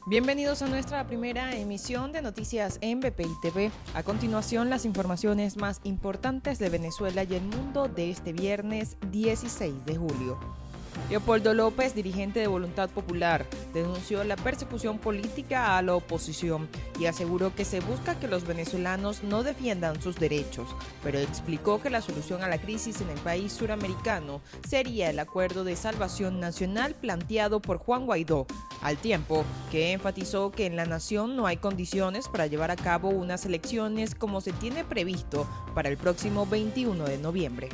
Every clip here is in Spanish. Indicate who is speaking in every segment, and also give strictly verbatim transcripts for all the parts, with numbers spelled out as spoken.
Speaker 1: Bienvenidos a nuestra primera emisión de noticias en B P I T V. A continuación, las informaciones más importantes de Venezuela y el mundo de este viernes dieciséis de julio. Leopoldo López, dirigente de Voluntad Popular, denunció la persecución política a la oposición y aseguró que se busca que los venezolanos no defiendan sus derechos, pero explicó que la solución a la crisis en el país suramericano sería el acuerdo de salvación nacional planteado por Juan Guaidó, al tiempo que enfatizó que en la nación no hay condiciones para llevar a cabo unas elecciones como se tiene previsto para el próximo veintiuno de noviembre.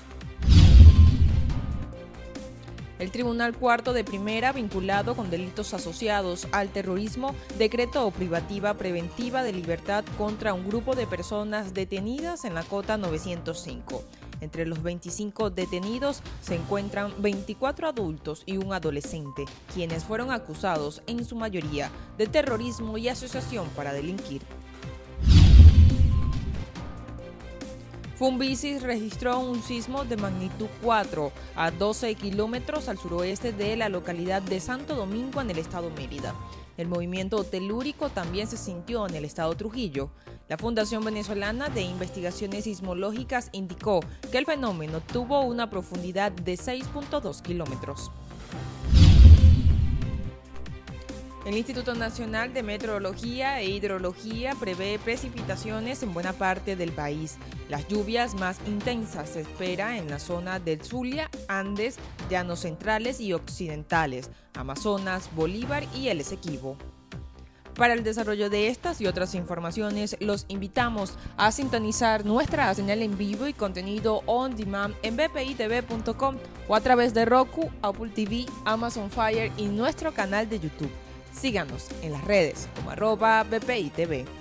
Speaker 1: El Tribunal Cuarto de Primera, vinculado con delitos asociados al terrorismo, decretó privativa preventiva de libertad contra un grupo de personas detenidas en la Cota novecientos cinco. Entre los veinticinco detenidos se encuentran veinticuatro adultos y un adolescente, quienes fueron acusados en su mayoría de terrorismo y asociación para delinquir. Funvisis registró un sismo de magnitud cuatro a doce kilómetros al suroeste de la localidad de Santo Domingo en el estado Mérida. El movimiento telúrico también se sintió en el estado Trujillo. La Fundación Venezolana de Investigaciones Sismológicas indicó que el fenómeno tuvo una profundidad de seis punto dos kilómetros. El Instituto Nacional de Meteorología e Hidrología prevé precipitaciones en buena parte del país. Las lluvias más intensas se espera en la zona del Zulia, Andes, Llanos Centrales y Occidentales, Amazonas, Bolívar y el Esequibo. Para el desarrollo de estas y otras informaciones, los invitamos a sintonizar nuestra señal en vivo y contenido on demand en b p i t v punto com o a través de Roku, Apple T V, Amazon Fire y nuestro canal de YouTube. Síganos en las redes como arroba B P I T V.